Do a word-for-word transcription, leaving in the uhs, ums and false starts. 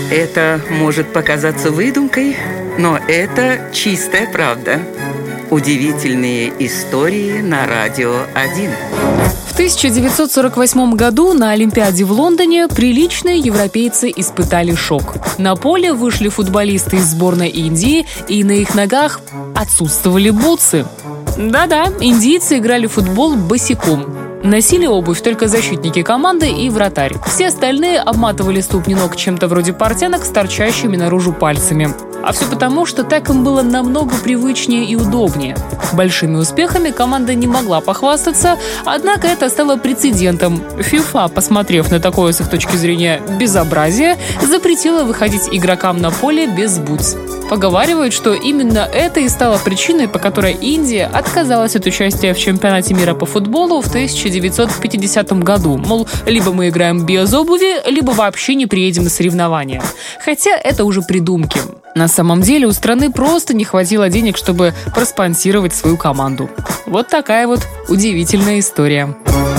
Это может показаться выдумкой, но это чистая правда. Удивительные истории на Радио один. В тысяча девятьсот сорок восьмом году на Олимпиаде в Лондоне приличные европейцы испытали шок. На поле вышли футболисты из сборной Индии, и на их ногах отсутствовали бутсы. Да-да, индийцы играли в футбол босиком. Носили обувь только защитники команды и вратарь. Все остальные обматывали ступни ног чем-то вроде портянок с торчащими наружу пальцами. А все потому, что так им было намного привычнее и удобнее. Большими успехами команда не могла похвастаться, однако это стало прецедентом. ФИФА, посмотрев на такое с их точки зрения безобразие, запретила выходить игрокам на поле без бутс. Поговаривают, что именно это и стало причиной, по которой Индия отказалась от участия в чемпионате мира по футболу в тысяча девятьсот пятидесятом году. Мол, либо мы играем без обуви, либо вообще не приедем на соревнования. Хотя это уже придумки. На самом деле у страны просто не хватило денег, чтобы проспонсировать свою команду. Вот такая вот удивительная история.